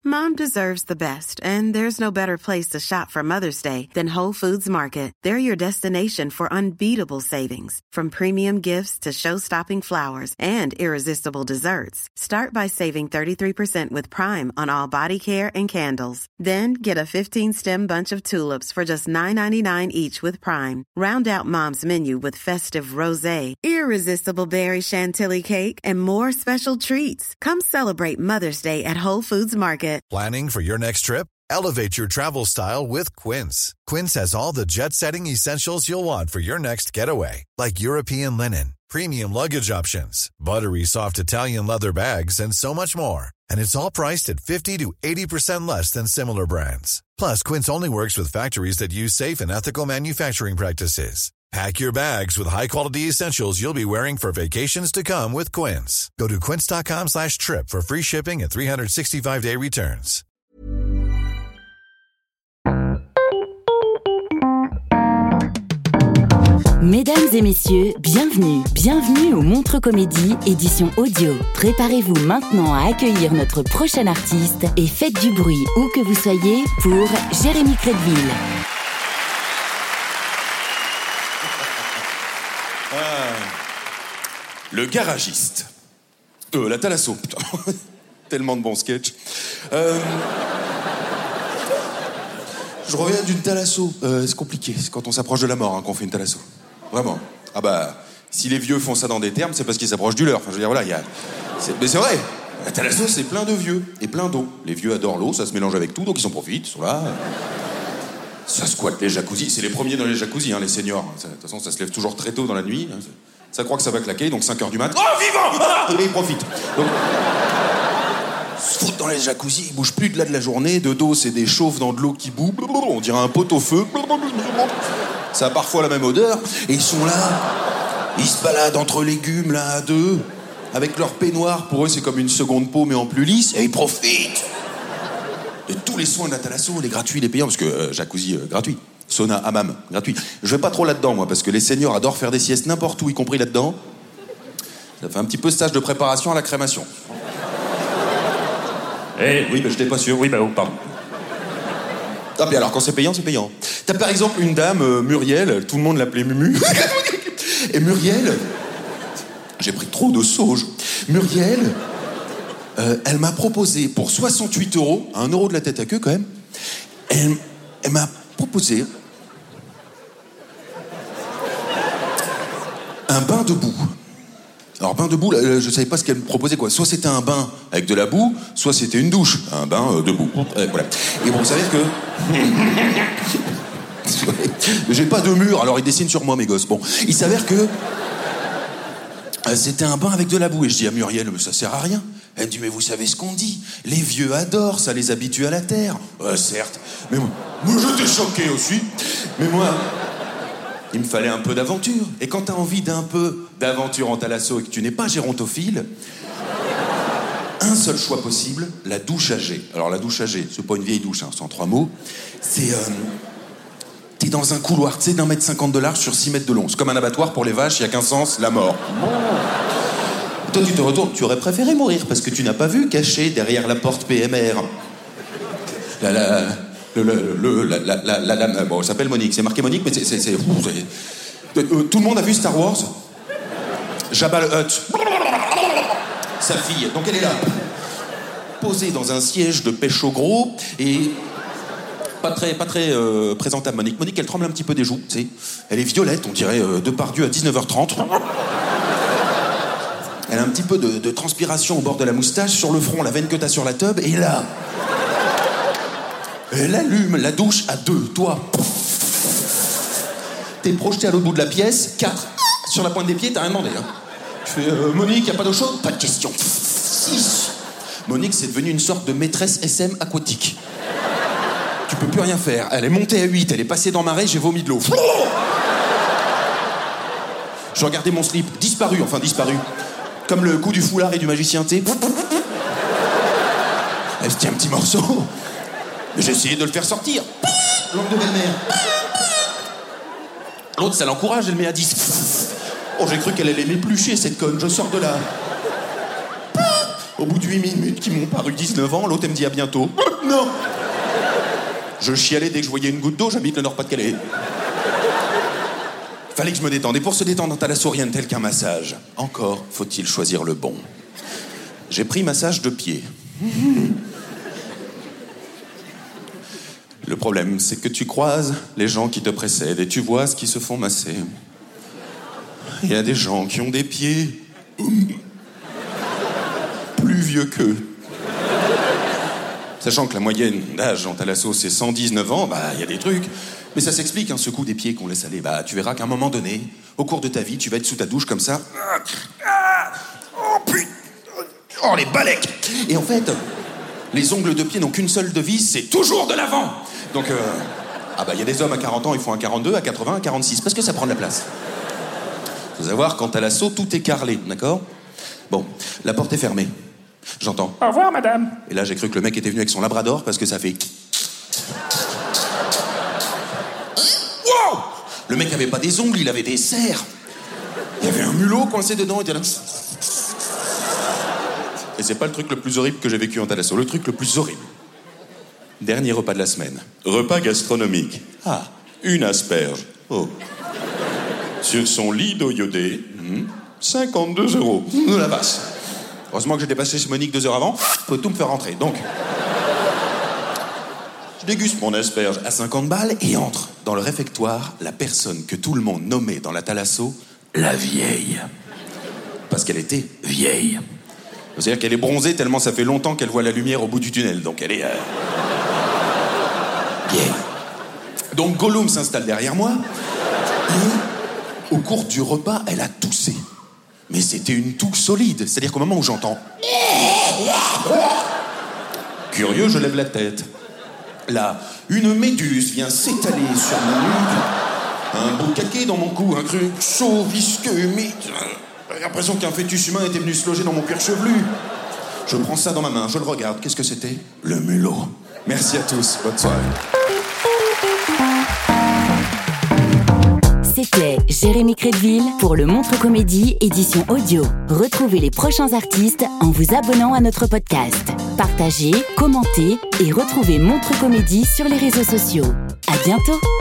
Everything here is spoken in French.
Mom deserves the best, and there's no better place to shop for Mother's Day than Whole Foods Market. They're your destination for unbeatable savings, from premium gifts to show-stopping flowers and irresistible desserts. Start by saving 33% with Prime on all body care and candles. Then get a 15-stem bunch of tulips for just $9.99 each with Prime. Round out Mom's menu with festive rosé, irresistible berry chantilly cake, and more special treats. Come celebrate Mother's Day at Whole Foods Market. Planning for your next trip? Elevate your travel style with Quince. Quince has all the jet-setting essentials you'll want for your next getaway, like European linen, premium luggage options, buttery soft Italian leather bags, and so much more. And it's all priced at 50 to 80% less than similar brands. Plus, Quince only works with factories that use safe and ethical manufacturing practices. Pack your bags with high-quality essentials you'll be wearing for vacations to come with Quince. Go to quince.com/trip for free shipping and 365-day returns. Mesdames et messieurs, bienvenue au Montreux Comédie, édition audio. Préparez-vous maintenant à accueillir notre prochain artiste et faites du bruit où que vous soyez pour Jérémy Crédville. Le garagiste. La thalasso, putain. Tellement de bons sketchs. Je reviens d'une thalasso. C'est compliqué. C'est quand on s'approche de la mort qu'on fait une thalasso. Vraiment. Ah bah, si les vieux font ça dans des termes, c'est parce qu'ils s'approchent du leur. Enfin, je veux dire, voilà, mais c'est vrai. La thalasso, c'est plein de vieux et plein d'eau. Les vieux adorent l'eau, ça se mélange avec tout, donc ils en profitent, ils sont là. Ça squatte les jacuzzis. C'est les premiers dans les jacuzzis, les seniors. De toute façon, ça se lève toujours très tôt dans la nuit. Ça croit que ça va claquer, donc 5h du mat. Oh, vivant et ils profitent. Donc, ils se foutent dans les jacuzzis, ils bougent plus de là de la journée. De dos, c'est des chauves dans de l'eau qui bout. On dirait un pot au feu. Ça a parfois la même odeur. Et ils sont là, ils se baladent entre légumes, là, à deux. Avec leur peignoir, pour eux, c'est comme une seconde peau, mais en plus lisse. Et ils profitent de tous les soins de la thalasso, les gratuits, les payants, parce que jacuzzi gratuit. Sauna, hammam, gratuit. Je vais pas trop là-dedans, moi, parce que les seniors adorent faire des siestes n'importe où, y compris là-dedans. Ça fait un petit peu stage de préparation à la crémation. Oui, je n'étais pas sûr. Oui, pardon. Ah, mais alors, quand c'est payant, c'est payant. T'as par exemple une dame, Muriel, tout le monde l'appelait Mumu. Et Muriel, j'ai pris trop de sauge. Muriel, elle m'a proposé pour 68 €, à 1 € de la tête à queue quand même, elle m'a proposé un bain de boue. Alors, bain de boue, je savais pas ce qu'elle me proposait, quoi. Soit c'était un bain avec de la boue, soit c'était une douche. Un bain de boue. Voilà. Et bon, vous savez que... J'ai pas de mur, alors ils dessinent sur moi, mes gosses. Bon, il s'avère que... c'était un bain avec de la boue. Et je dis à Muriel, mais ça sert à rien. Elle me dit, mais vous savez ce qu'on dit, les vieux adorent, ça les habitue à la terre. Certes, mais moi j'étais choqué aussi. Mais moi, il me fallait un peu d'aventure. Et quand t'as envie d'un peu d'aventure en thalasso et que tu n'es pas gérontophile, un seul choix possible, la douche à jet. Alors la douche à jet, c'est pas une vieille douche, c'est en 3 mots. C'est... t'es dans un couloir, tu sais, d'1,50 m de large sur 6 mètres de long. C'est comme un abattoir pour les vaches, il n'y a qu'un sens, la mort. Toi, tu te retournes, tu aurais préféré mourir parce que tu n'as pas vu caché derrière la porte PMR. Bon, elle s'appelle Monique, c'est marqué Monique, mais c'est tout le monde a vu Star Wars? Jabba le Hutt. Sa fille, donc elle est là, posée dans un siège de pêche au gros et... Pas très présentable, Monique. Monique, elle tremble un petit peu des joues, tu sais. Elle est violette, on dirait Depardieu à 19h30. Elle a un petit peu de transpiration au bord de la moustache, sur le front, la veine que t'as sur la tube, et là... Elle allume la douche à 2, toi. T'es projeté à l'autre bout de la pièce, 4, sur la pointe des pieds, t'as rien demandé. Hein. Tu fais, Monique, y a pas d'eau chaude? Pas de question. 6. Monique, c'est devenu une sorte de maîtresse SM aquatique. Tu peux plus rien faire. Elle est montée à 8, elle est passée dans marée, j'ai vomi de l'eau. Je regardais mon slip, disparu. Comme le coup du foulard et du magicien, tu sais. Elle se tient un petit morceau. J'ai essayé de le faire sortir. Langue de belle-mère. L'autre, ça l'encourage, elle met à 10. Oh, j'ai cru qu'elle allait m'éplucher, cette conne. Je sors de là. Au bout de 8 minutes qui m'ont paru 19 ans, l'autre elle me dit à bientôt. Non. Je chialais dès que je voyais une goutte d'eau, j'habite le Nord-Pas-de-Calais. Fallait que je me détende. Et pour se détendre en thalasso, rien de tel qu'un massage. Encore faut-il choisir le bon. J'ai pris massage de pied. Le problème, c'est que tu croises les gens qui te précèdent et tu vois ce qu'ils se font masser. Il y a des gens qui ont des pieds plus vieux qu'eux. Sachant que la moyenne d'âge en thalasso, c'est 119 ans, il y a des trucs. Mais ça s'explique, ce coup des pieds qu'on laisse aller. Tu verras qu'à un moment donné, au cours de ta vie, tu vas être sous ta douche comme ça. Oh putain! Oh, les balèques! Et en fait, les ongles de pied n'ont qu'une seule devise, c'est toujours de l'avant! Donc, y a des hommes à 40 ans, ils font un 42, à 80, un 46, parce que ça prend de la place. Faut savoir qu'en thalasso, tout est carrelé, d'accord? Bon, la porte est fermée. J'entends. Au revoir, madame. Et là, j'ai cru que le mec était venu avec son labrador, parce que ça fait... Wow! Le mec avait pas des ongles, il avait des serres. Il y avait un mulot coincé dedans, il était là... Et c'est pas le truc le plus horrible que j'ai vécu en thalasso. Le truc le plus horrible. Dernier repas de la semaine. Repas gastronomique. Une asperge. Oh. Sur son lit d'eau iodée, 52 €. Nous la passe. Heureusement que j'ai dépassé chez Monique 2 heures avant. Faut tout me faire rentrer. Donc, je déguste mon asperge à 50 balles et entre dans le réfectoire la personne que tout le monde nommait dans la thalasso la vieille. Parce qu'elle était vieille. C'est-à-dire qu'elle est bronzée tellement ça fait longtemps qu'elle voit la lumière au bout du tunnel. Donc elle est... vieille. Donc Gollum s'installe derrière moi. Et au cours du repas, elle a toussé. Mais c'était une toux solide. C'est-à-dire qu'au moment où j'entends... Curieux, je lève la tête. Là, une méduse vient s'étaler sur ma nuque. Un beau caquet dans mon cou, un cru chaud, visqueux, humide. J'ai l'impression qu'un fœtus humain était venu se loger dans mon cuir chevelu. Je prends ça dans ma main, je le regarde. Qu'est-ce que c'était? Le mulot. Merci à tous, bonne soirée. C'était Jérémy Crédville pour le Montre Comédie édition audio. Retrouvez les prochains artistes en vous abonnant à notre podcast. Partagez, commentez et retrouvez Montre Comédie sur les réseaux sociaux. À bientôt!